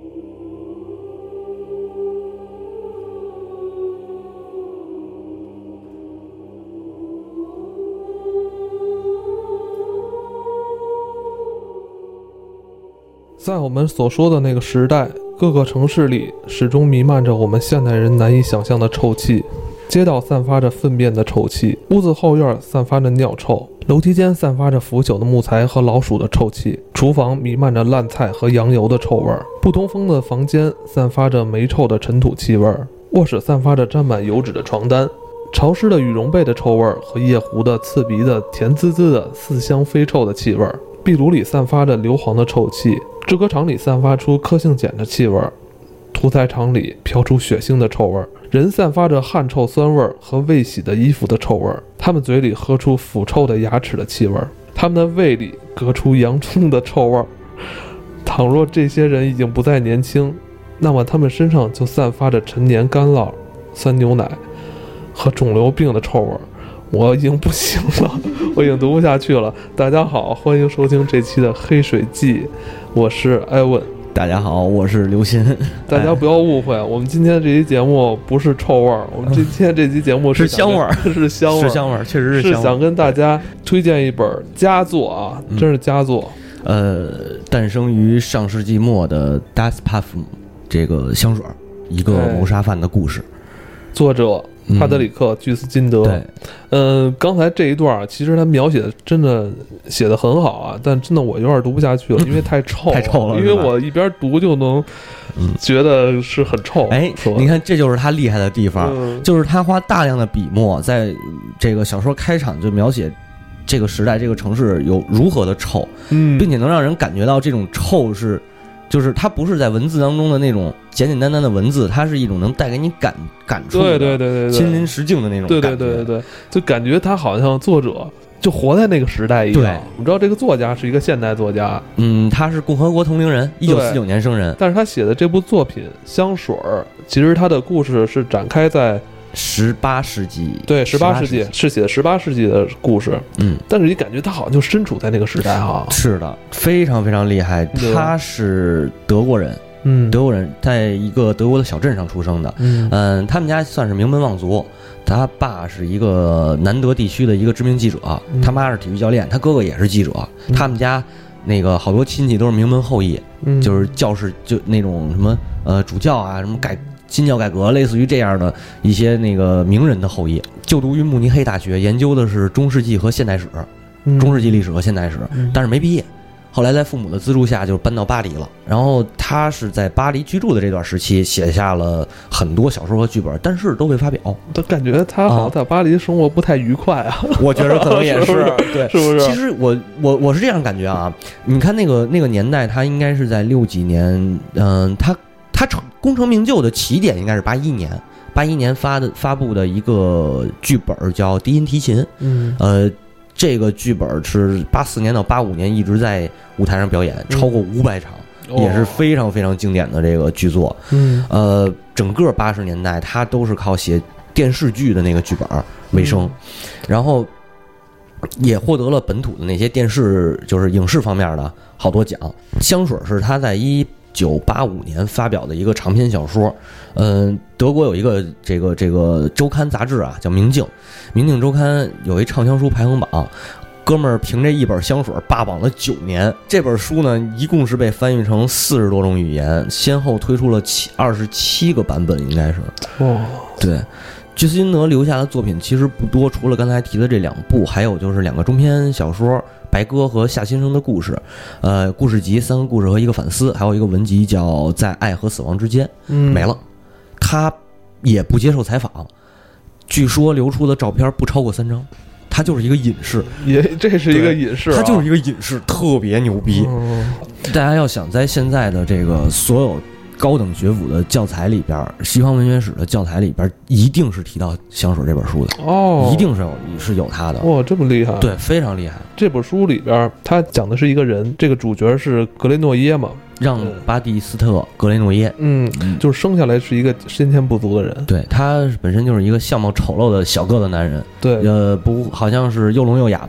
在我们所说的那个时代，各个城市里始终弥漫着我们现代人难以想象的臭气。街道散发着粪便的臭气，屋子后院散发着尿臭，楼梯间散发着腐朽的木材和老鼠的臭气，厨房弥漫着烂菜和羊油的臭味，不通风的房间散发着霉臭的尘土气味，卧室散发着沾满油脂的床单，潮湿的羽绒被的臭味和夜壶的刺鼻的甜滋滋的似香非臭的气味，壁炉里散发着硫磺的臭气，制革厂里散发出科性碱的气味，屠宰场里飘出血腥的臭味，人散发着汗臭酸味和未洗的衣服的臭味，他们嘴里喝出腐臭的牙齿的气味，他们的胃里隔出洋葱的臭味。倘若这些人已经不再年轻，那么他们身上就散发着陈年干酪、酸牛奶和肿瘤病的臭味。我已经不行了，我已经读不下去了。大家好，欢迎收听这期的黑水记，我是艾文。 大家好，我是刘鑫。 大家不要误会，我们今天这期节目不是臭味儿，我们今天这期节目是香味儿， 是香味儿， 是香味儿，确实是香味儿。 是想跟大家推荐一本佳作啊，真是佳作。 诞生于上世纪末的 Das Parfum 这个香水，一个谋杀犯的故事， 作者帕德里克·居斯金德。 对， 刚才这一段其实他描写的真的写的很好啊，但真的我有点读不下去了，因为太臭， 太臭了， 因为我一边读就能觉得是很臭。 哎，你看，这就是他厉害的地方，就是他花大量的笔墨，在这个小说开场就描写这个时代、这个城市有如何的臭，并且能让人感觉到这种臭是。就是它不是在文字当中的那种简简单单的文字，它是一种能带给你感触的， 对， 亲临实境的那种感觉。 对，就感觉他好像作者就活在那个时代一样。你知道这个作家是一个现代作家， 他是共和国同龄人，1949年生人， 但是他写的这部作品《香水》，其实他的故事是展开在 18世纪， 对，18世纪是写18世纪的故事，但是你感觉他好像就身处在那个时代哈。 是的，非常非常厉害。他是德国人，德国人在一个德国的小镇上出生的，他们家算是名门望族。他爸是一个南德地区的一个知名记者，他妈是体育教练，他哥哥也是记者。他们家那个好多亲戚都是名门后裔，就是教士，就那种什么主教啊，什么新教改革，类似于这样的一些那个名人的后裔，就读于慕尼黑大学，研究的是中世纪和现代史，中世纪历史和现代史，但是没毕业。后来在父母的资助下就搬到巴黎了，然后他是在巴黎居住的这段时期写下了很多小说和剧本，但是都未发表。 都感觉他好像在巴黎生活不太愉快啊。 我觉得可能也是，对， 是不是？ 其实我是这样感觉啊，你看那个年代，他应该是在60几年，他功成名就的起点应该是81年发布的一个剧本叫《低音提琴》，这个剧本是84年到85年一直在舞台上表演，超过500场，也是非常非常经典的这个剧作。整个80年代他都是靠写电视剧的那个剧本为生，然后也获得了本土的那些电视就是影视方面的好多奖。香水是他在1985年发表的一个长篇小说，德国有一个这个周刊杂志啊，叫《明镜周刊》，有一畅销书排行榜，哥们儿凭这一本香水霸榜了9年。这本书呢，一共是被翻译成40多种语言，先后推出了27个版本，应该是。对。居斯金德留下的作品其实不多，除了刚才提的这2部，还有就是2个中篇小说《白鸽》和《夏先生的故事》，故事集3个故事和1个反思，还有一个文集叫《在爱和死亡之间》，没了。他也不接受采访，据说流出的照片不超过3张，他就是一个隐士， 这是一个隐士， 他就是一个隐士，特别牛逼。大家要想在现在的这个所有高等学府的教材里边，西方文学史的教材里边，一定是提到香水这本书的一定是有它的。这么厉害？对，非常厉害。 这本书里边，他讲的是一个人，这个主角是格雷诺耶嘛， 让巴蒂斯特·格雷诺耶， 就是生下来是一个先天不足的人， 对，他本身就是一个相貌丑陋的小个子男人， 对， 不好像是又聋又哑吧，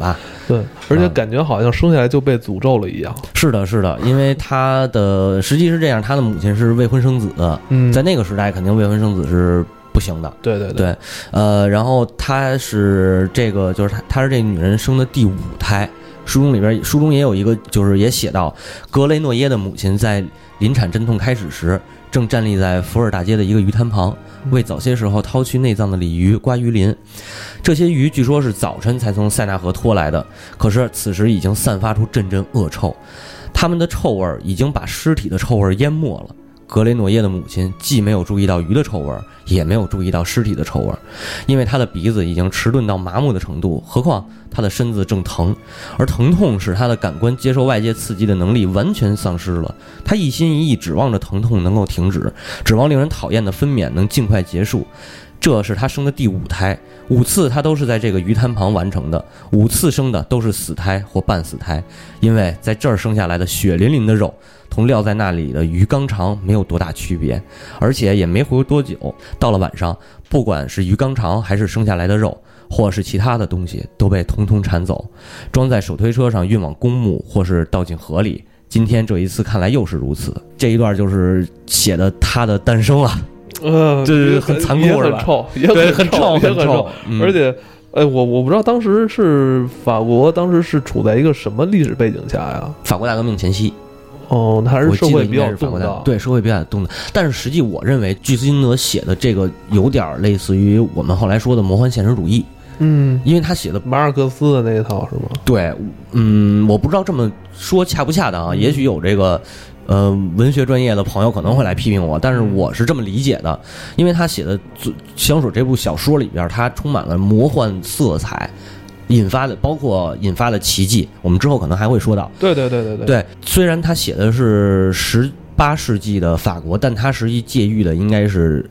对，而且感觉好像生下来就被诅咒了一样。 是的，是的，因为他的实际是这样，他的母亲是未婚生子，在那个时代肯定未婚生子是不行的。 对对对，然后他是这个，就是他是这个女人生的第5胎。书中也有一个，就是也写到，格雷诺耶的母亲在临产阵痛开始时，正站立在伏尔大街的一个鱼滩旁，为早些时候掏去内脏的鲤鱼刮鱼鳞。这些鱼据说是早晨才从塞纳河拖来的，可是此时已经散发出阵阵恶臭，它们的臭味已经把尸体的臭味淹没了。格雷诺耶的母亲既没有注意到鱼的臭味，也没有注意到尸体的臭味，因为她的鼻子已经迟钝到麻木的程度，何况她的身子正疼，而疼痛使她的感官接受外界刺激的能力完全丧失了。她一心一意指望着疼痛能够停止，指望令人讨厌的分娩能尽快结束。这是她生的第5胎，5次她都是在这个鱼滩旁完成的，5次生的都是死胎或半死胎，因为在这儿生下来的血淋淋的肉同撂在那里的鱼肛肠没有多大区别，而且也没活多久。到了晚上，不管是鱼肛肠还是生下来的肉，或是其他的东西，都被统统铲走，装在手推车上运往公墓，或是倒进河里。今天这一次看来又是如此。这一段就是写的他的诞生啊。这是很残酷是吧？ 也很臭， 很臭， 而且，我不知道当时是法国，当时是处在一个什么历史背景下呀？ 法国大革命前夕。 还是社会比较动荡， 对，社会比较动荡。但是实际我认为，巨斯金德写的这个有点类似于我们后来说的魔幻现实主义。因为他写的马尔克斯的那一套是吗？ 对，我不知道这么说恰不恰当啊？也许有这个。文学专业的朋友可能会来批评我，但是我是这么理解的，因为他写的《香水》这部小说里边，它充满了魔幻色彩，包括引发的奇迹，我们之后可能还会说到。对，虽然他写的是18世纪的法国，但他实际借喻的应该是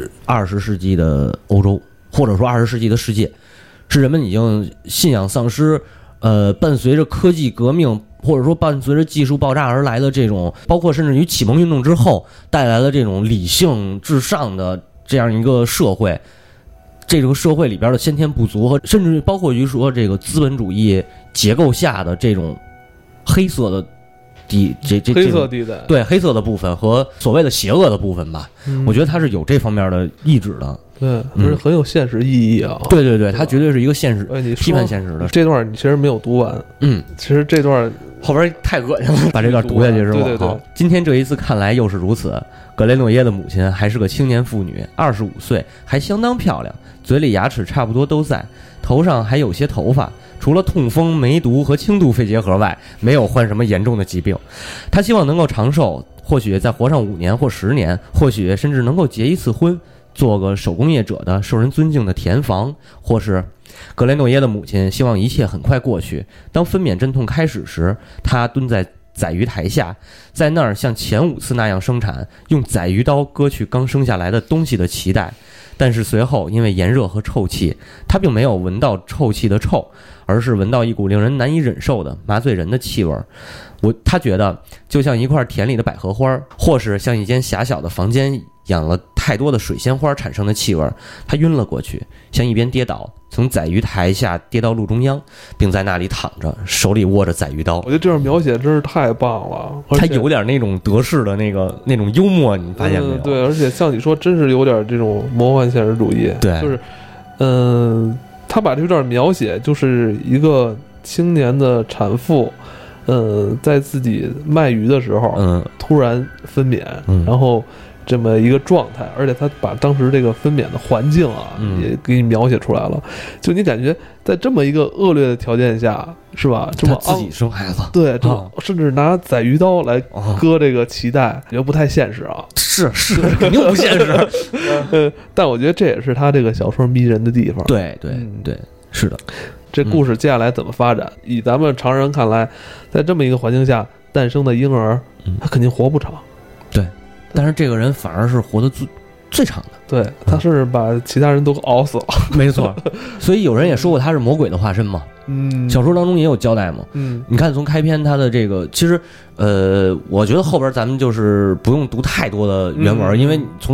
20世纪的欧洲，或者说20世纪的世界，是人们已经信仰丧失，伴随着科技革命。或者说伴随着技术爆炸而来的这种，包括甚至于启蒙运动之后带来的这种理性至上的这样一个社会，这个社会里边的先天不足和甚至包括于说这个资本主义结构下的这种黑色的黑色地带， 对，黑色的部分和所谓的邪恶的部分吧，我觉得它是有这方面的意志的。 对，就是很有现实意义啊！ 对，它绝对是一个现实批判现实的。 这段你其实没有读完，其实这段后边太恶心了，把这段读下去是吧？ 对。 今天这一次看来又是如此。格雷诺耶的母亲还是个青年妇女，25岁，还相当漂亮，嘴里牙齿差不多都在，头上还有些头发。除了痛风、梅毒和轻度肺结核外，没有患什么严重的疾病。她希望能够长寿，或许再活上5年或10年，或许甚至能够结一次婚。做个手工业者的受人尊敬的田房，或是格雷诺耶的母亲希望一切很快过去。当分娩阵痛开始时，她蹲在宰鱼台下，在那儿像前5次那样生产，用宰鱼刀割去刚生下来的东西的脐带。但是随后因为炎热和臭气，她并没有闻到臭气的臭，而是闻到一股令人难以忍受的麻醉人的气味。她觉得就像一块田里的百合花，或是像一间狭小的房间养了太多的水仙花产生的气味。他晕了过去，向一边跌倒，从宰鱼台下跌到路中央，并在那里躺着，手里握着宰鱼刀。 我觉得这种描写真是太棒了， 他有点那种德式的那种幽默，你发现没有？ 对，而且像你说，真是有点这种魔幻现实主义。 对， 就是他把这段描写就是一个青年的产妇。在自己卖鱼的时候，突然分娩，然后这么一个状态，而且他把当时这个分娩的环境啊，也给你描写出来了。就你感觉在这么一个恶劣的条件下，是吧？这么他自己生孩子， 对，甚至拿宰鱼刀来割这个脐带，觉得不太现实啊。 是，肯定不现实。 但我觉得这也是他这个小说迷人的地方。 对，是的。 这故事接下来怎么发展？以咱们常人看来，在这么一个环境下诞生的婴儿，他肯定活不长。 对，但是这个人反而是活得最长的。 对，他是把其他人都熬死了。 没错，所以有人也说过他是魔鬼的化身嘛。小说当中也有交代嘛。你看从开篇他的这个，其实我觉得后边咱们就是不用读太多的原文，因为从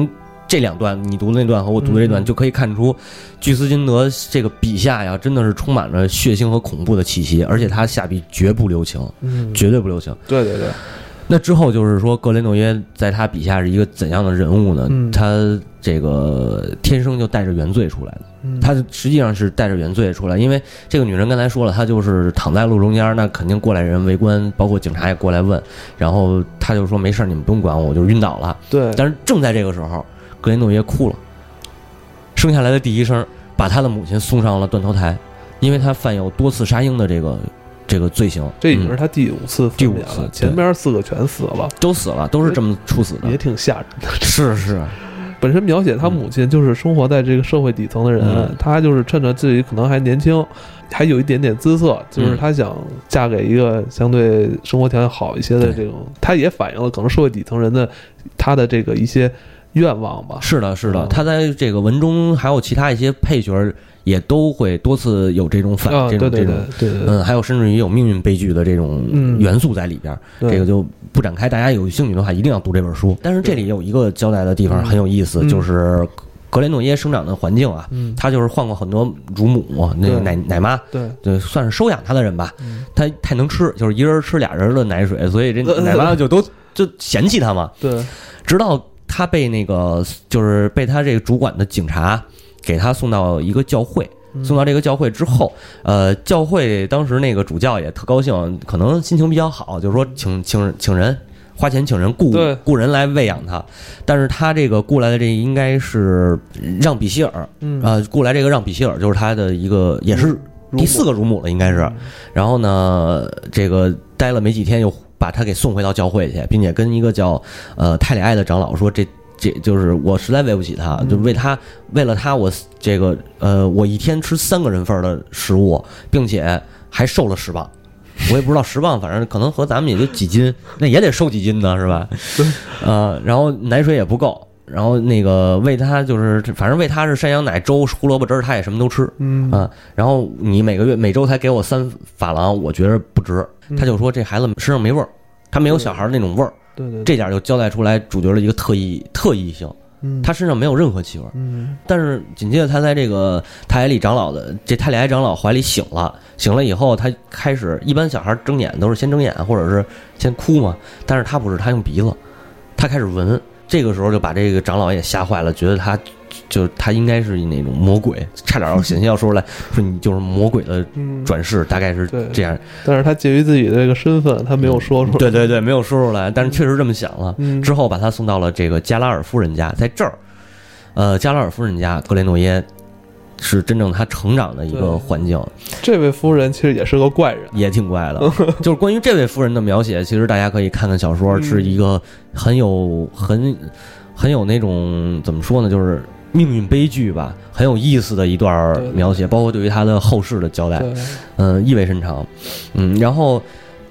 这两段你读的那段和我读的这段，就可以看出居斯金德这个笔下呀，真的是充满了血腥和恐怖的气息，而且他下笔绝不留情，绝对不留情。 对对对。 那之后就是说，格雷诺耶在他笔下是一个怎样的人物呢？他这个天生就带着原罪出来的，他实际上是带着原罪出来，因为这个女人刚才说了，她就是躺在路中间，那肯定过来人围观，包括警察也过来问，然后他就说没事，你们不用管我，我就晕倒了。 对。 但是正在这个时候，格雷诺耶哭了，生下来的第一声，把他的母亲送上了断头台，因为他犯有多次杀婴的这个罪行。 这已经是他第5次分娩了，前边4个全死了， 都死了，都是这么处死的， 也挺吓人的。 是。 本身描写他母亲就是生活在这个社会底层的人，他就是趁着自己可能还年轻，还有一点点姿色，就是他想嫁给一个相对生活条件好一些的这种，他也反映了可能社会底层人的他的这个一些愿望吧。 是的，他在这个文中还有其他一些配角也都会多次有这种对，还有甚至于有命运悲剧的这种元素在里边，这个就不展开，大家有兴趣的话一定要读这本书。但是这里有一个交代的地方很有意思，就是格雷诺耶生长的环境啊，他就是换过很多乳母，那个奶妈，对，算是收养他的人吧，他太能吃，就是一人吃俩人的奶水，所以这奶妈就嫌弃他嘛。对，直到他被就是被他这个主管的警察给他送到一个教会，送到这个教会之后，教会当时那个主教也特高兴，可能心情比较好，就是说请人花钱请人雇人来喂养他，但是他这个雇来的这应该是让比希尔，雇来这个让比希尔就是他的一个也是第4个乳母了应该是，然后呢这个待了没几天又把他给送回到教会去，并且跟一个叫泰里埃的长老说这就是我实在喂不起他，就为了他我这个我一天吃3个人份的食物，并且还瘦了10磅，我也不知道10磅，反正可能和咱们也就几斤，那也得瘦几斤呢是吧？然后奶水也不够，然后那个喂他就是反正喂他是山羊奶粥胡萝卜汁他也什么都吃，然后你每周才给我3法郎，我觉得不值。他就说这孩子身上没味儿，他没有小孩那种味儿。对，这点就交代出来主角的一个特异性，他身上没有任何气味，但是紧接着他在这个泰里埃长老怀里醒了以后，他开始一般小孩睁眼都是先睁眼或者是先哭嘛，但是他不是，他用鼻子，他开始闻，这个时候就把这个长老也吓坏了，觉得他应该是那种魔鬼，差点要险些要说出来说你就是魔鬼的转世，大概是这样。 但是他介于自己的这个身份，他没有说出来。 对，没有说出来，但是确实这么想了。之后把他送到了这个加拉尔夫人家，在这儿，加拉尔夫人家，格雷诺耶是真正他成长的一个环境。 这位夫人其实也是个怪人， 也挺怪的。就是关于这位夫人的描写，其实大家可以看看小说，是一个很有那种怎么说呢，就是命运悲剧吧，很有意思的一段描写，包括对于他的后世的交代，意味深长。然后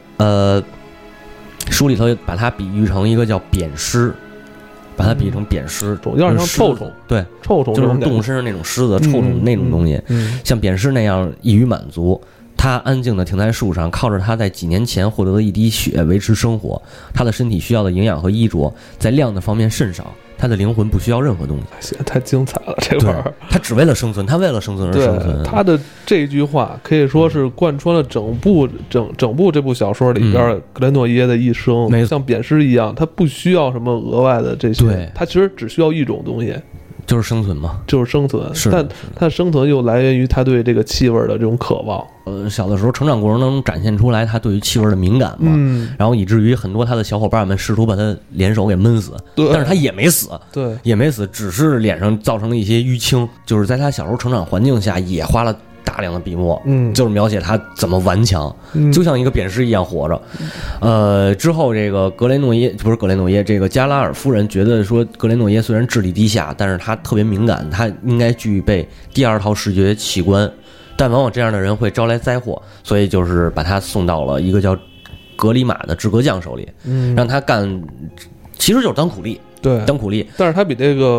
书里头把它比喻成一个叫扁虱，把它比喻成扁虱， 有点像臭虫， 对， 臭虫就是动物身上那种虱子、臭虫那种东西，像扁虱那样易于满足。他安静地停在树上，靠着他在几年前获得的一滴血维持生活。他的身体需要的营养和衣着在量的方面甚少，他的灵魂不需要任何东西。太精彩了，这块儿他只为了生存，他为了生存而生存。 他的这句话可以说是贯穿了整部这部小说里边格雷诺耶的一生，像扁虱一样，他不需要什么额外的这些，他其实只需要一种东西。 就是生存嘛， 就是生存，但他的生存又来源于他对这个气味的这种渴望。 小的时候成长过程当中展现出来他对于气味的敏感嘛，然后以至于很多他的小伙伴们试图把他联手给闷死，但是他也没死， 对， 也没死，只是脸上造成了一些淤青，就是在他小时候成长环境下也花了大量的笔墨，就是描写他怎么顽强，就像一个扁虱一样活着。之后这个这个加拉尔夫人觉得说，格雷诺耶虽然智力低下，但是他特别敏感，他应该具备第2套视觉器官，但往往这样的人会招来灾祸，所以就是把他送到了一个叫格里马的制革匠手里，让他干，其实就是当苦力， 对， 当苦力。 但是他比这个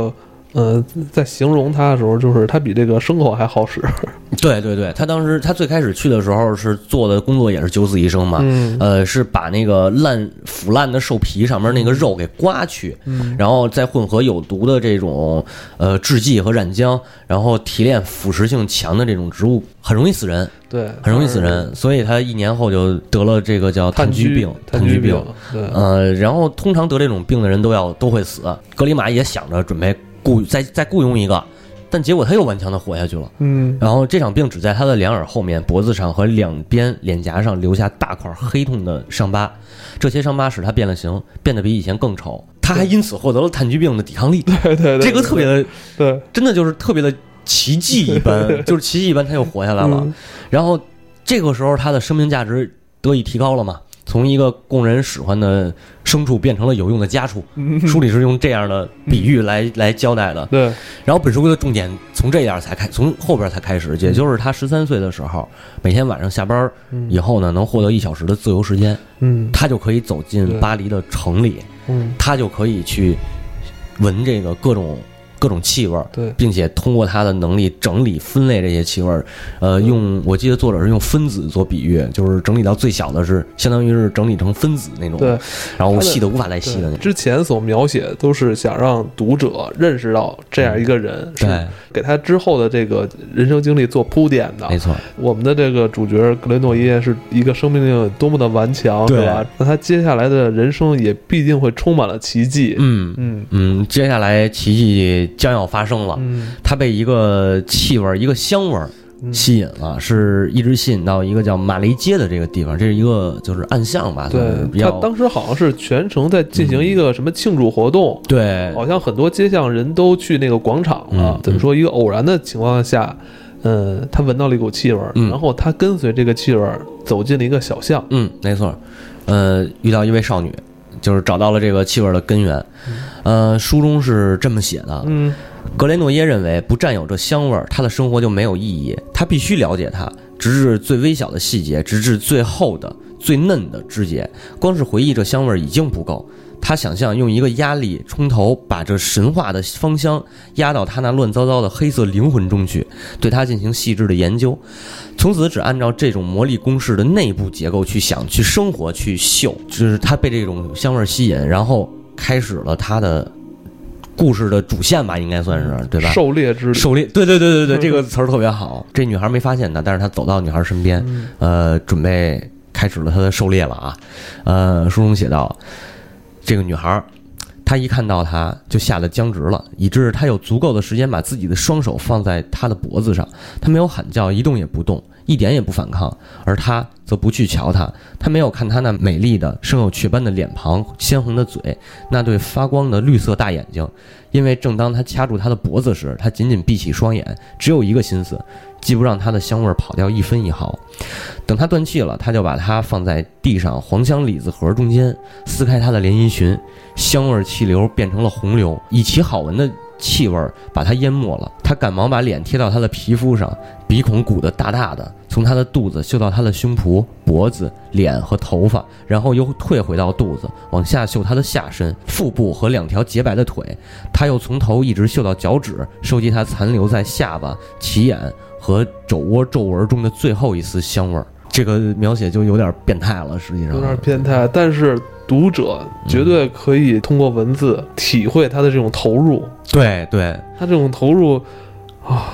在形容他的时候，就是他比这个牲口还好使。 对对对，他当时他最开始去的时候是做的工作也是九死一生嘛，是把那个腐烂的兽皮上面那个肉给刮去，然后再混合有毒的这种制剂和染浆，然后提炼腐蚀性强的这种植物，很容易死人。 对， 很容易死人，所以他1年后就得了这个叫炭疽病。 对， 然后通常得这种病的人都会死。格里玛也想着准备再雇佣一个，但结果他又顽强的活下去了。然后这场病只在他的两耳后面、脖子上和两边脸颊上留下大块黑痛的伤疤，这些伤疤使他变了形，变得比以前更丑。他还因此获得了炭疽病的抵抗力。 对对对， 这个特别的， 对， 真的就是特别的奇迹一般，就是奇迹一般，他又活下来了。然后这个时候他的生命价值得以提高了嘛，从一个供人使唤的牲畜变成了有用的家畜。书里是用这样的比喻来交代的。 对。 然后本书的重点从从后边才开始，也就是他13岁的时候，每天晚上下班以后呢，能获得1小时的自由时间。他就可以走进巴黎的城里。他就可以去闻这个各种气味， 对， 并且通过他的能力整理分类这些气味，我记得作者是用分子做比喻，就是整理到最小的是相当于是整理成分子那种， 对， 然后细的无法再细的那种。 之前所描写都是想让读者认识到这样一个人， 对， 给他之后的这个人生经历做铺垫的。 没错， 我们的这个主角格雷诺耶是一个生命力多么的顽强，对吧？那他接下来的人生也必定会充满了奇迹。 接下来奇迹将要发生了。他被一个气味，一个香味吸引了，是一直吸引到一个叫马雷街的这个地方，这是一个就是暗巷吧。 对，他当时好像是全城在进行一个什么庆祝活动。 对， 好像很多街巷人都去那个广场了。怎么说？一个偶然的情况下，他闻到了一股气味，然后他跟随这个气味走进了一个小巷。 没错。遇到一位少女，就是找到了这个气味的根源。书中是这么写的。格雷诺耶认为不占有这香味，他的生活就没有意义。他必须了解它，直至最微小的细节，直至最后的最嫩的枝节。光是回忆这香味已经不够。他想象用一个压力冲头，把这神话的芳香压到他那乱糟糟的黑色灵魂中去，对他进行细致的研究。从此只按照这种魔力公式的内部结构去想、去生活、去嗅。就是他被这种香味吸引，然后开始了他的故事的主线吧，应该算是，对吧？ 狩猎之旅。 狩猎，对，这个词儿特别好。这女孩没发现他，但是他走到女孩身边，准备开始了他的狩猎了啊。书中写道，这个女孩，她一看到他就吓得僵直了，以致她有足够的时间把自己的双手放在他的脖子上。她没有喊叫，一动也不动，一点也不反抗，而他则不去瞧她。他没有看她那美丽的生有雀斑的脸庞、鲜红的嘴、那对发光的绿色大眼睛，因为正当他掐住她的脖子时，他紧紧闭起双眼，只有一个心思，既不让她的香味跑掉1分1毫。等她断气了，他就把她放在地上黄香李子盒中间，撕开她的连衣裙，香味气流变成了洪流，以其好闻的气味把它淹没了。他赶忙把脸贴到她的皮肤上，鼻孔鼓得大大的，从她的肚子嗅到她的胸脯、脖子、脸和头发，然后又退回到肚子，往下嗅她的下身、腹部和2条洁白的腿。他又从头一直嗅到脚趾，收集她残留在下巴、起眼和肘窝皱纹中的最后一丝香味。这个描写就有点变态了，实际上有点变态，但是读者绝对可以通过文字体会他的这种投入。 对， 他这种投入啊，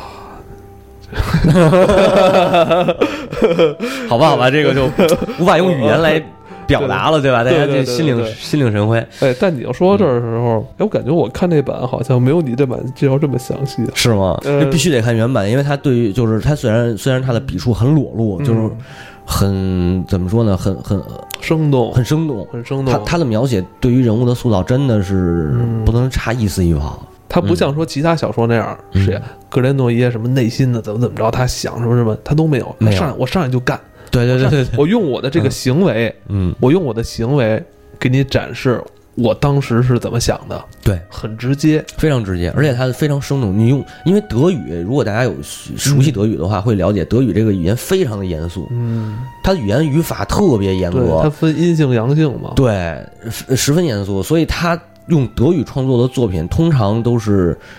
好吧，这个就无法用语言来表达了，对吧？大家就心领神会。 但你要说到这儿的时候，我感觉我看那版好像没有你这版介绍这么详细， 是吗？就必须得看原版，因为他对于就是他虽然他的笔触很裸露，就是很怎么说呢，很生动， 很生动。他的描写对于人物的塑造真的是不能差一丝一毫。 他不像说其他小说那样，是格雷诺耶什么内心的怎么着，他想什么他都没有。我上来就干。对，我用我的这个行为，我用我的行为给你展示我当时是怎么想的。对，很直接， 非常直接，而且它非常生动。因为德语，如果大家有熟悉德语的话，会了解德语这个语言非常的严肃，它的语言语法特别严格， 它分阴性阳性嘛， 对，十分严肃，所以它用德语创作的作品通常都是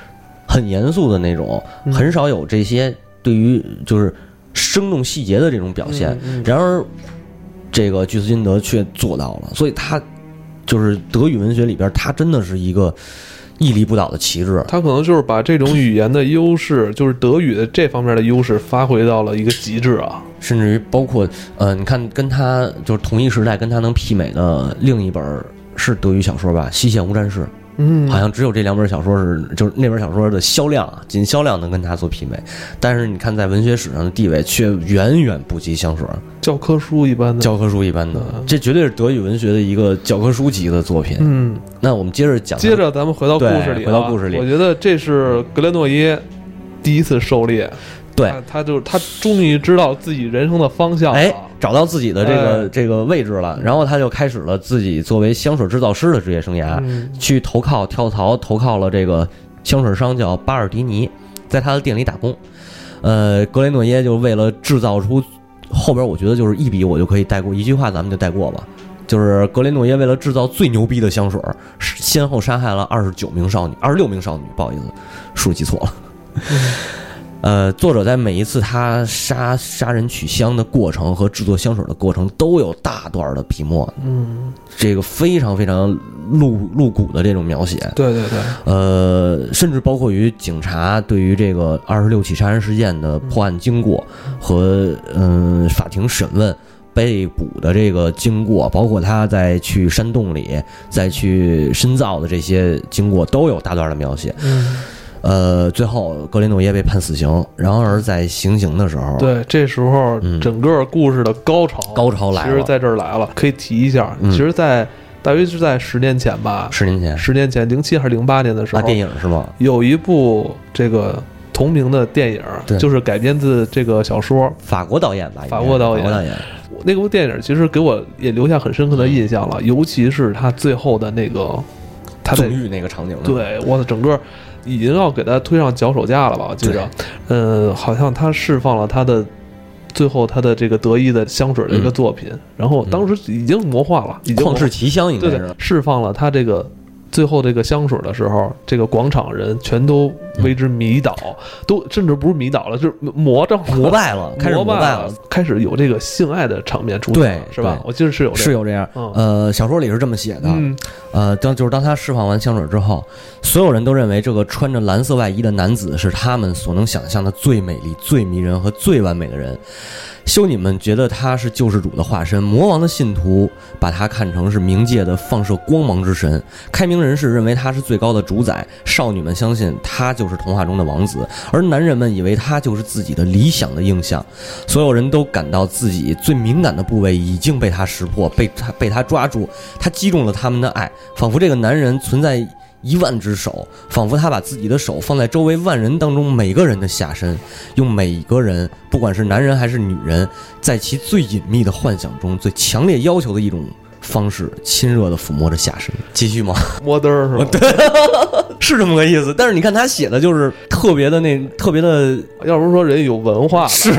很严肃的那种，很少有这些对于就是生动细节的这种表现。然而，这个居斯金德却做到了，所以他就是德语文学里边，他真的是一个屹立不倒的旗帜。 他可能就是把这种语言的优势，就是德语的这方面的优势，发挥到了一个极致啊。 甚至于包括你看跟他就是同一时代跟他能媲美的另一本是德语小说吧，《西线无战事》。好像只有这2本小说是，就是那本小说的销量啊，仅销量能跟它做媲美，但是你看在文学史上的地位却远远不及香水， 教科书一般的，这绝对是德语文学的一个教科书级的作品。那我们接着讲， 咱们回到故事里，我觉得这是格雷诺耶第一次狩猎。对，他终于知道自己人生的方向了， 找到自己的这个位置了，然后他就开始了自己作为香水制造师的职业生涯，去跳槽投靠了这个香水商叫巴尔迪尼，在他的店里打工。格雷诺耶就为了制造出后边，我觉得就是一笔我就可以带过一句话，咱们就带过吧，就是格雷诺耶为了制造最牛逼的香水，先后杀害了26名少女，不好意思，数记错了。作者在每一次他杀人取香的过程和制作香水的过程都有大段的笔墨，这个非常非常露骨的这种描写， 对， 甚至包括于警察对于这个26起杀人事件的破案经过和法庭审问被捕的这个经过，包括他在去山洞里再去深造的这些经过都有大段的描写。最后格雷诺耶被判死刑，然而在行刑的时候， 对，这时候整个故事的高潮来了，其实在这儿来了，可以提一下，其实大约是在10年前吧，10年前07还是08年的时候， 电影是吗？ 有一部这个同名的电影，就是改编自这个小说， 法国导演吧， 法国导演。那部电影其实给我也留下很深刻的印象了，尤其是他最后的那个他纵欲那个场景， 对，我的整个已经要给他推上脚手架了吧，我记着，好像他释放了他的最后他的这个得意的香水的一个作品，然后当时已经魔化了，已经旷世奇香应该是释放了他这个最后这个香水的时候，这个广场人全都为之迷倒，都甚至不是迷倒了，就是膜拜了，开始膜拜了， 开始有这个性爱的场面出现了，是吧？我记得是有这样，小说里是这么写的，当他释放完香水之后，所有人都认为这个穿着蓝色外衣的男子是他们所能想象的最美丽、最迷人和最完美的人。修女们觉得他是救世主的化身，魔王的信徒把他看成是冥界的放射光芒之神，开明人士认为他是最高的主宰，少女们相信他就是童话中的王子，而男人们以为他就是自己的理想的映像。所有人都感到自己最敏感的部位已经被他识破，被他抓住，他击中了他们的爱，仿佛这个男人存在10000只手，仿佛他把自己的手放在周围万人当中每个人的下身，用每个人不管是男人还是女人，在其最隐秘的幻想中最强烈要求的一种方式亲热地抚摸着下身。继续吗？ 摸嘚儿是吧？ 对，是这么个意思。但是你看他写的就是特别的， 要不是说人有文化， 是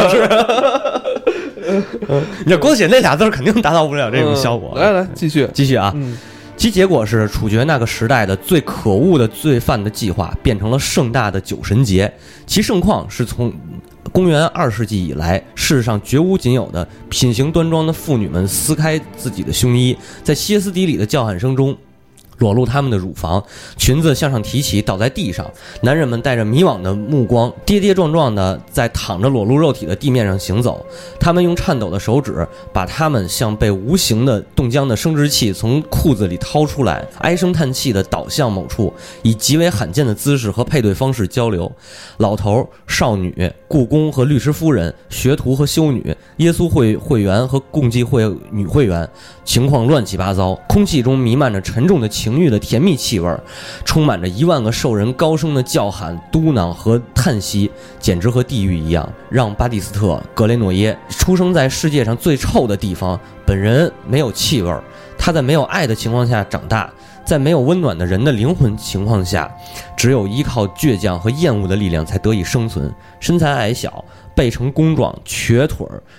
你光写那俩字肯定达到不了这种效果。 来继续啊。其结果是处决那个时代的最可恶的罪犯的计划变成了盛大的酒神节，其盛况是从公元2世纪以来世上绝无仅有的，品行端庄的妇女们撕开自己的胸衣，在歇斯底里的叫喊声中裸露他们的乳房，裙子向上提起倒在地上，男人们带着迷惘的目光跌跌撞撞地在躺着裸露肉体的地面上行走，他们用颤抖的手指把他们像被无形的冻僵的生殖器从裤子里掏出来，唉声叹气地倒向某处，以极为罕见的姿势和配对方式交流。老头、少女、故宫和律师夫人、学徒和修女、耶稣会员和共济会女会员，情况乱七八糟，空气中弥漫着沉重的情欲的甜蜜气味，充满着10000个兽人高声的叫喊、嘟囔和叹息，简直和地狱一样。让巴蒂斯特·格雷诺耶出生在世界上最臭的地方，本人没有气味，他在没有爱的情况下长大，在没有温暖的人的灵魂情况下，只有依靠倔强和厌恶的力量才得以生存。身材矮小，背成弓状，瘸腿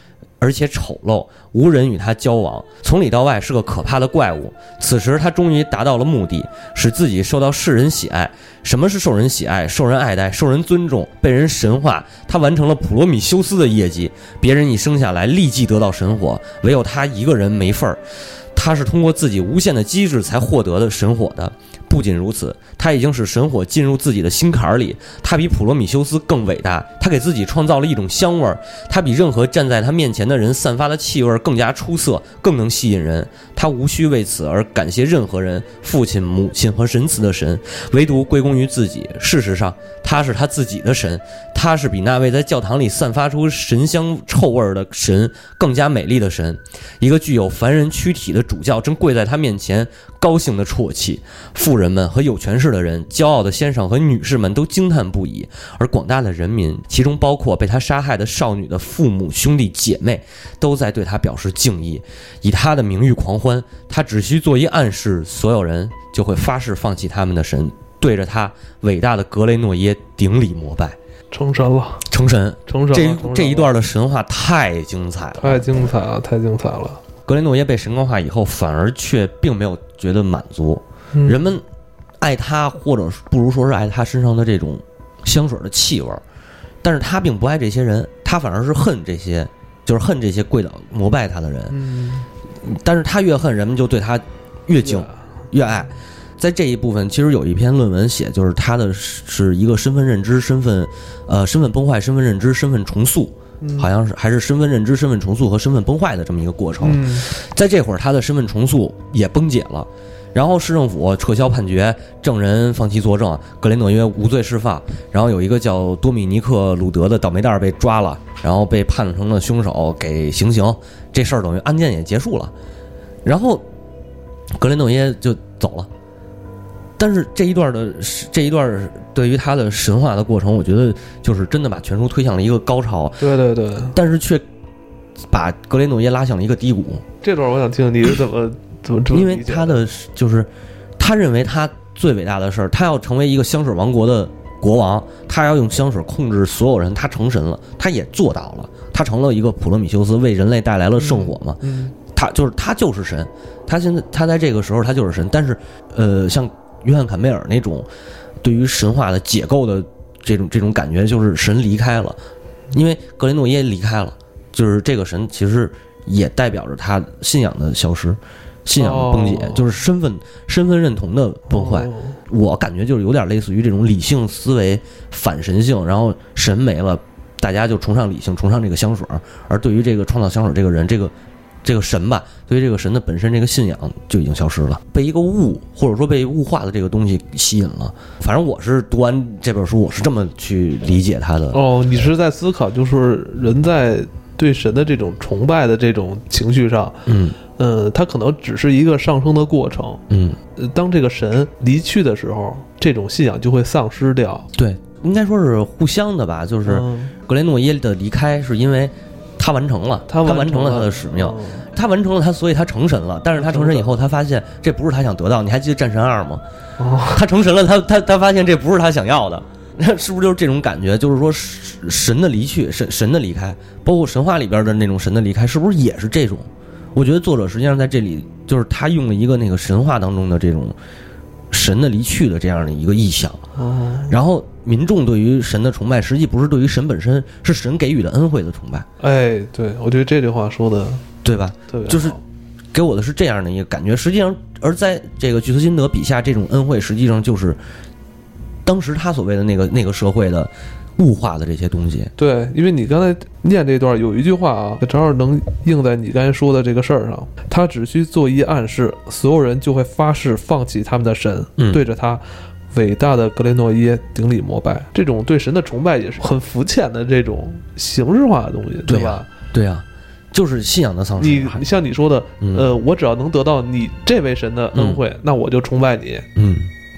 而且丑陋，无人与他交往，从里到外是个可怕的怪物。此时他终于达到了目的，使自己受到世人喜爱。什么是受人喜爱、受人爱戴、受人尊重、被人神化？他完成了普罗米修斯的业绩，别人一生下来立即得到神火，唯有他一个人没份儿。他是通过自己无限的机智才获得的神火的。不仅如此，他已经使神火进入自己的心坎里。他比普罗米修斯更伟大，他给自己创造了一种香味儿，他比任何站在他面前的人散发的气味更加出色，更能吸引人。他无需为此而感谢任何人，父亲、母亲和仁慈的神，唯独归功于自己。事实上，他是他自己的神，他是比那位在教堂里散发出神香臭味的神更加美丽的神。一个具有凡人躯体的主教正跪在他面前，高兴地啜泣。富人们和有权势的人、骄傲的先生和女士们都惊叹不已，而广大的人民，其中包括被他杀害的少女的父母、兄弟姐妹，都在对他表示敬意，以他的名誉狂欢。他只需做一暗示，所有人就会发誓放弃他们的神，对着他伟大的格雷诺耶顶礼膜拜。 成神了， 成神， 成神了。 这一段的神话太精彩了， 太精彩了，太精彩了。 格雷诺耶被神光化以后，反而却并没有觉得满足。人们爱他，或者不如说是爱他身上的这种香水的气味，但是他并不爱这些人，他反而是恨这些，就是恨这些跪倒膜拜他的人。但是他越恨，人们就对他越敬越爱。在这一部分，其实有一篇论文写，就是他的是一个身份认知、身份崩坏、身份认知、身份重塑，好像是还是身份认知、身份重塑和身份崩坏的这么一个过程。在这会儿，他的身份重塑也崩解了。然后市政府撤销判决，证人放弃作证，格雷诺耶无罪释放。然后有一个叫多米尼克·鲁德的倒霉蛋被抓了，然后被判成了凶手，给行刑。这事儿等于案件也结束了。然后格雷诺耶就走了。但是这一段对于他的神话的过程，我觉得就是真的把全书推向了一个高潮。 对对对。 但是却把格雷诺耶拉向了一个低谷。 这段我想听你是怎么因为他的就是他认为他最伟大的事儿，他要成为一个香水王国的国王，他要用香水控制所有人，他成神了，他也做到了，他成了一个普罗米修斯，为人类带来了圣火嘛。他就是神，他在这个时候他就是神。但是像约翰坎贝尔那种对于神话的解构的这种感觉，就是神离开了，因为格雷诺耶离开了，就是这个神其实也代表着他信仰的消失，信仰的崩解，就是身份认同的崩坏。我感觉就是有点类似于这种理性思维反神性，然后神没了，大家就崇尚理性，崇尚这个香水，而对于这个创造香水这个人，这个神吧，对于这个神的本身这个信仰就已经消失了，被一个物或者说被物化的这个东西吸引了。反正我是读完这本书，我是这么去理解它的。 你是在思考，就是人在对神的这种崇拜的这种情绪上，它可能只是一个上升的过程。当这个神离去的时候，这种信仰就会丧失掉。 对，应该说是互相的吧。就是格雷诺耶的离开是因为他完成了，他完成了他的使命，他完成了他，所以他成神了。但是他成神以后，他发现这不是他想得到。你还记得《战神2》吗？他成神了，他发现这不是他想要的。是不是就是这种感觉？就是说神的离去，神的离开，包括神话里边的那种神的离开，是不是也是这种？我觉得作者实际上在这里就是他用了一个那个神话当中的这种神的离去的这样的一个意象。然后民众对于神的崇拜，实际不是对于神本身，是神给予的恩惠的崇拜。 对，我觉得这句话说的对吧？就是给我的是这样的一个感觉。实际上，而在这个居斯金德笔下，这种恩惠实际上就是当时他所谓的那个社会的物化的这些东西。 对，因为你刚才念这段有一句话啊，正好能应在你刚才说的这个事儿上。他只需做一暗示，所有人就会发誓放弃他们的神，对着他伟大的格雷诺耶顶礼膜拜。这种对神的崇拜也是很肤浅的这种形式化的东西，对吧？ 对啊，就是信仰的丧失。 你像你说的，我只要能得到你这位神的恩惠，那我就崇拜你。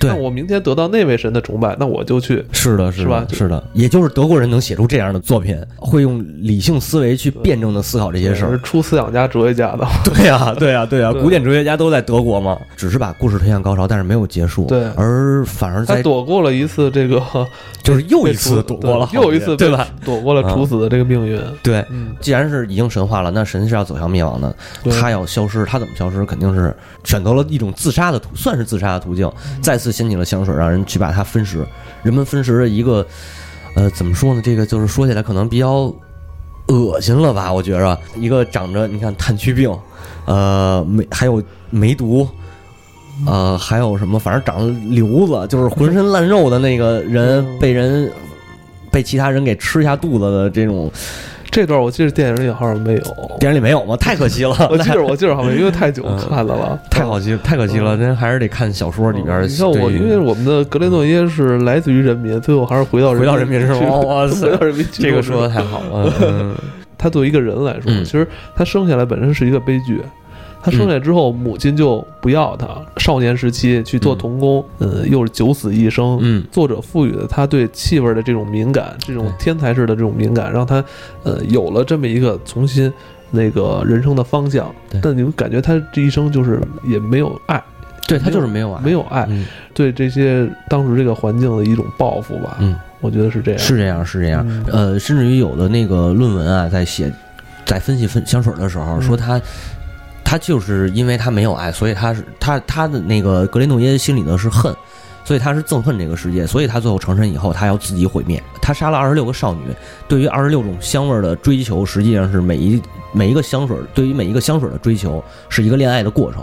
对， 那我明天得到那位神的崇拜，那我就去。 是的， 是吧？ 是的，也就是德国人能写出这样的作品，会用理性思维去辩证的思考这些事儿， 是出思想家、哲学家的。 对呀，对呀，对呀，古典哲学家都在德国嘛，只是把故事推向高潮，但是没有结束， 对， 而反而在他躲过了一次这个， 就是又一次躲过了， 又一次对吧？ 躲过了处死的这个命运。 对，既然是已经神化了，那神是要走向灭亡的，他要消失，他怎么消失？肯定是选择了一种自杀的算是自杀的途径，再次掀起了香水，让人去把它分食。人们分食的一个，怎么说呢？这个就是说起来可能比较恶心了吧？我觉着一个长着你看炭疽病，还有梅毒。还有什么？反正长了瘤子，就是浑身烂肉的那个人，被其他人给吃下肚子的这种。 这段我记得电影里好像没有， 电影里没有吗？太可惜了。 我记得好像因为太久看了， 太可惜了，真还是得看小说里边。 你看我，因为我们的格雷诺耶是来自于人民，最后还是回到人民是吗？ 哇塞， 回到人民， 这个说的太好了。 他作为一个人来说，其实他生下来本身是一个悲剧。他生下来之后，母亲就不要他。少年时期去做童工，又是九死一生。作者赋予了他对气味的这种敏感，这种天才式的这种敏感，让他有了这么一个重新那个人生的方向。但你们感觉他这一生就是也没有爱， 对他就是没有爱， 对这些当时这个环境的一种报复吧。我觉得是这样， 是这样。甚至于有的那个论文啊，在分析香水的时候说他就是因为他没有爱，所以他的那个格雷诺耶心里呢是恨，所以他是憎恨这个世界，所以他最后成神以后，他要自己毁灭。他杀了26个少女，对于26种香味的追求，实际上是每一个香水，对于每一个香水的追求是一个恋爱的过程。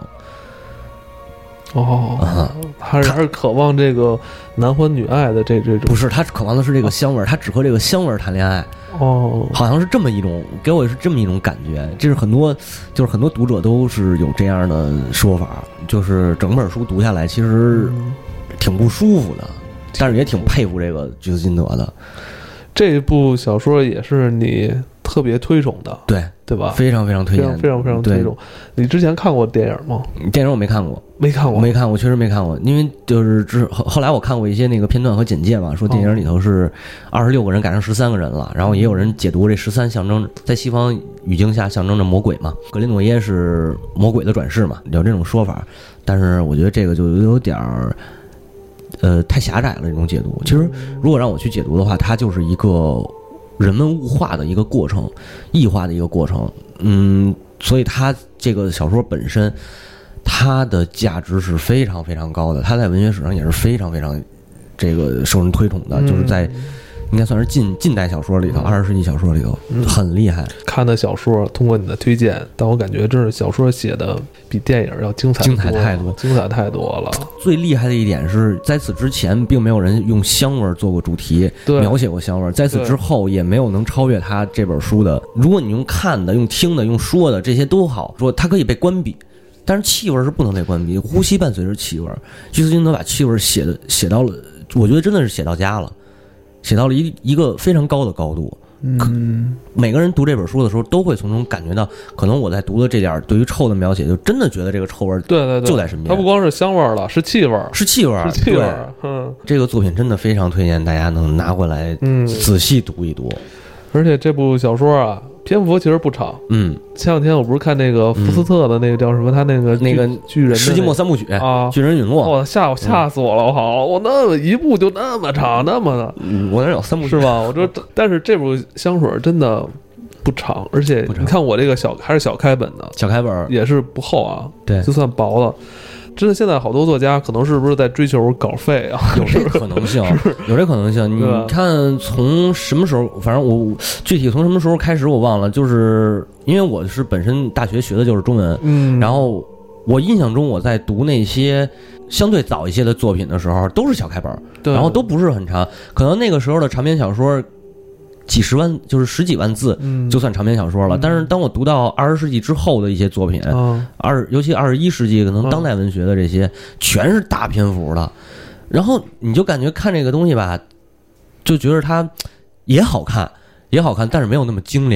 还是渴望这个男欢女爱的这种， 不是，他渴望的是这个香味，他只和这个香味谈恋爱。好像是这么一种，给我是这么一种感觉。这是很多读者都是有这样的说法，就是整本书读下来其实挺不舒服的，但是也挺佩服这个菊斯金德的。 这部小说也是你特别推崇的，对吧？ 非常非常推荐， 非常非常推崇。你之前看过电影吗？ 电影我没看过，确实没看过。因为就是后来我看过一些那个片段和简介嘛，说电影里头是26个人改成13个人了，然后也有人解读这13象征在西方语境下象征着魔鬼嘛，格雷诺耶是魔鬼的转世嘛，有这种说法。但是我觉得这个就有点太狭窄了这种解读。其实如果让我去解读的话，它就是一个人们物化的一个过程，异化的一个过程。所以它这个小说本身，它的价值是非常非常高的，它在文学史上也是非常非常这个受人推崇的，就是在应该算是近代小说里头，20世纪小说里头很厉害。 看的小说，通过你的推荐，但我感觉真是小说写的比电影要精彩太多了。 最厉害的一点是在此之前，并没有人用香味做过主题，描写过香味。在此之后，也没有能超越他这本书的。如果你用看的、用听的、用说的，这些都好，说它可以被关闭。但是气味是不能被关闭，呼吸伴随着气味。菊斯金德把气味写到了，我觉得真的是写到家了。写到了一个非常高的高度。每个人读这本书的时候都会从中感觉到，可能我在读的这点对于臭的描写，就真的觉得这个臭味就在身边。 它不光是香味了，是气味。对， 这个作品真的非常推荐大家能拿过来仔细读一读。 而且这部小说啊，篇幅其实不长。前两天我不是看那个福斯特的那个叫什么，他那个巨人世纪末3部曲啊，巨人陨落， 吓死我了！我那么一部就那么长，那么的， 我那有3部曲是吧？我说，但是这部香水真的不长，而且你看我这个还是小开本的， 小开本也是不厚啊， 对， 就算薄了。真的，现在好多作家可能是不是在追求稿费啊？ 有这可能性，有这可能性。你看，从什么时候？反正我具体从什么时候开始我忘了。就是因为我是本身大学学的就是中文，然后我印象中我在读那些相对早一些的作品的时候，都是小开本，然后都不是很长。可能那个时候的长篇小说几十万，就是10几万字，就算长篇小说了。但是当我读到20世纪之后的一些作品，尤其21世纪可能当代文学的这些，全是大篇幅的。然后你就感觉看这个东西吧，就觉得它也好看，但是没有那么精炼。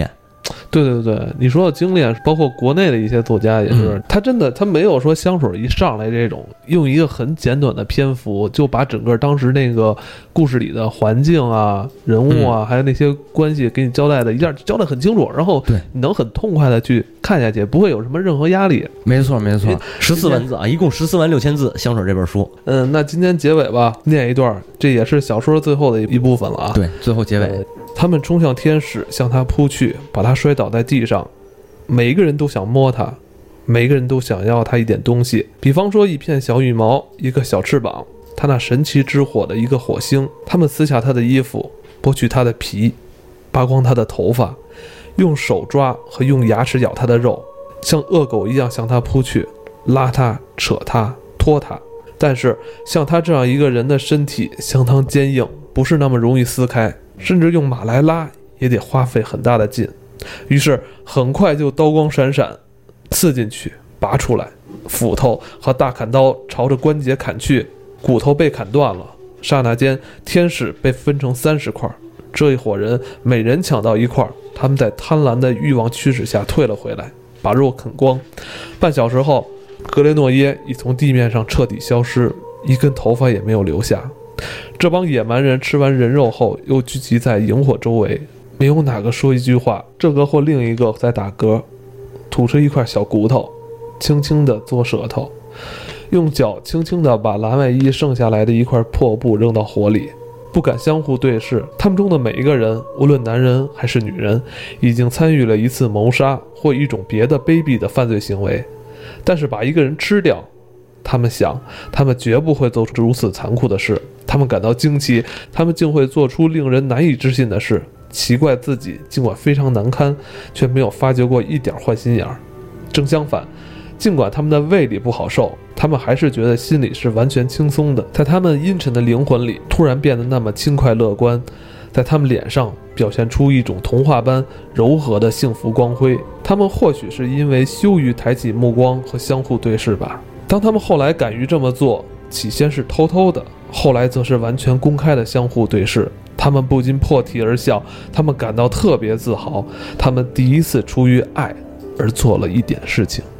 对对对，你说的精炼，包括国内的一些作家也是，他真的他没有说香水一上来这种用一个很简短的篇幅就把整个当时那个故事里的环境啊、人物啊，还有那些关系给你交代的一下交代很清楚，然后你能很痛快的去看下去，不会有什么任何压力。 没错没错，14万字啊，一共14万6000字，香水这本书。 那今天结尾吧，念一段，这也是小说最后的一部分了啊。 对，最后结尾。 他们冲向天使，向他扑去，把他摔倒在地上。每一个人都想摸他，每一个人都想要他一点东西，比方说一片小羽毛，一个小翅膀，他那神奇之火的一个火星。他们撕下他的衣服，剥去他的皮，扒光他的头发，用手抓和用牙齿咬他的肉，像恶狗一样向他扑去，拉他、扯他、拖他。但是像他这样一个人的身体相当坚硬，不是那么容易撕开，甚至用马来拉也得花费很大的劲。于是很快就刀光闪闪，刺进去，拔出来，斧头和大砍刀朝着关节砍去，骨头被砍断了。刹那间，天使被分成30块，这一伙人每人抢到一块，他们在贪婪的欲望驱使下退了回来，把肉啃光。半小时后，格雷诺耶已从地面上彻底消失，一根头发也没有留下。这帮野蛮人吃完人肉后，又聚集在营火周围，没有哪个说一句话，这个或另一个在打嗝，吐出一块小骨头，轻轻地嘬舌头，用脚轻轻地把蓝外衣剩下来的一块破布扔到火里，不敢相互对视。他们中的每一个人，无论男人还是女人，已经参与了一次谋杀或一种别的卑鄙的犯罪行为。但是把一个人吃掉，他们想，他们绝不会做出如此残酷的事。他们感到惊奇，他们竟会做出令人难以置信的事。奇怪自己尽管非常难堪，却没有发觉过一点坏心眼儿。正相反，尽管他们的胃里不好受，他们还是觉得心里是完全轻松的。在他们阴沉的灵魂里，突然变得那么轻快乐观，在他们脸上表现出一种童话般柔和的幸福光辉。他们或许是因为羞于抬起目光和相互对视吧。当他们后来敢于这么做，起先是偷偷的，后来则是完全公开的相互对视。他们不禁破涕而笑，他们感到特别自豪，他们第一次出于爱而做了一点事情。